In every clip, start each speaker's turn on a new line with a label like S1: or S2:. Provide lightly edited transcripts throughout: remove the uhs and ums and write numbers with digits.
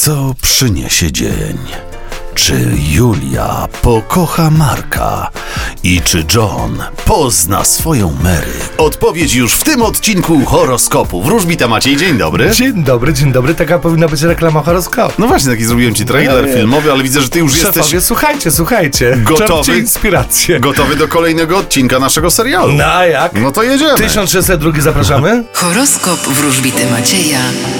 S1: Co przyniesie dzień? Czy Julia pokocha Marka? I czy John pozna swoją Mary? Odpowiedź już w tym odcinku horoskopu. Wróżbita Maciej, dzień dobry.
S2: Dzień dobry, taka powinna być reklama horoskopu.
S1: No właśnie, taki zrobiłem ci trailer filmowy, ale widzę, że ty już
S2: Szefowie,
S1: jesteś
S2: słuchajcie.
S1: Gotowy?
S2: Czerpcie inspirację.
S1: gotowy do kolejnego odcinka naszego serialu.
S2: No a jak?
S1: No to jedziemy.
S2: 1602 zapraszamy.
S3: Horoskop wróżbity Macieja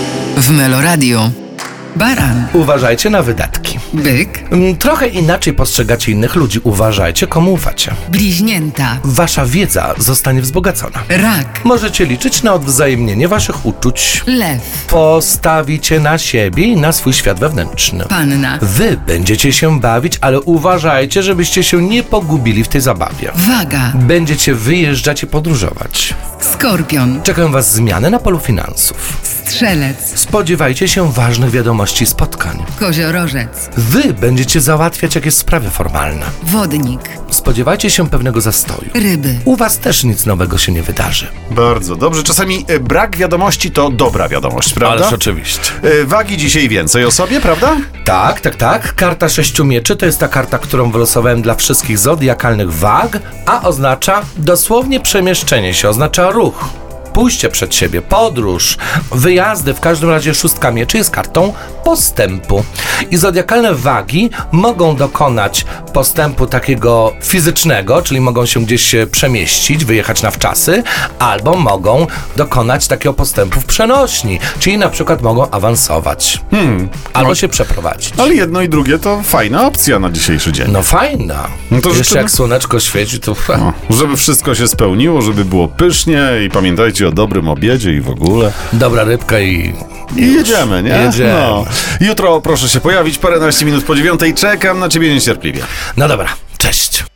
S3: w Meloradio. Baran,
S2: Uważajcie na wydatki.
S3: byk,
S2: Trochę inaczej postrzegacie innych ludzi. Uważajcie, komu ufacie.
S3: bliźnięta,
S2: Wasza wiedza zostanie wzbogacona.
S3: rak,
S2: Możecie liczyć na odwzajemnienie waszych uczuć.
S3: lew,
S2: Postawicie na siebie i na swój świat wewnętrzny.
S3: panna,
S2: Wy będziecie się bawić, ale uważajcie, żebyście się nie pogubili w tej zabawie.
S3: waga,
S2: Będziecie wyjeżdżać i podróżować.
S3: skorpion,
S2: Czekają was zmiany na polu finansów.
S3: strzelec,
S2: Spodziewajcie się ważnych wiadomości i spotkań.
S3: koziorożec,
S2: Wy będziecie załatwiać jakieś sprawy formalne.
S3: wodnik,
S2: Spodziewajcie się pewnego zastoju.
S3: ryby,
S2: U was też nic nowego się nie wydarzy.
S1: Bardzo dobrze. Czasami brak wiadomości to dobra wiadomość, prawda?
S2: oczywiście.
S1: Wagi dzisiaj więcej o sobie, prawda?
S2: Tak. Karta 6 mieczy to jest ta karta, którą wylosowałem dla wszystkich zodiakalnych wag, a oznacza dosłownie przemieszczenie się, oznacza ruch. Pójście przed siebie, podróż, wyjazdy, w każdym razie 6 mieczy jest kartą postępu. I zodiakalne wagi mogą dokonać postępu takiego fizycznego, czyli mogą się gdzieś przemieścić, wyjechać na wczasy, albo mogą dokonać takiego postępu w przenośni, czyli na przykład mogą awansować, albo się przeprowadzić.
S1: Ale jedno i drugie to fajna opcja na dzisiejszy dzień.
S2: No fajna.
S1: No to
S2: Jeszcze
S1: życzymy-
S2: jak słoneczko świeci, to...
S1: Żeby wszystko się spełniło, żeby było pysznie i pamiętajcie o dobrym obiedzie i w ogóle.
S2: Dobra rybka i
S1: Jedziemy, nie?
S2: Jedziemy.
S1: No. Jutro proszę się pojawić, paręnaście minut po 9:00. Czekam na ciebie niecierpliwie.
S2: No dobra, cześć.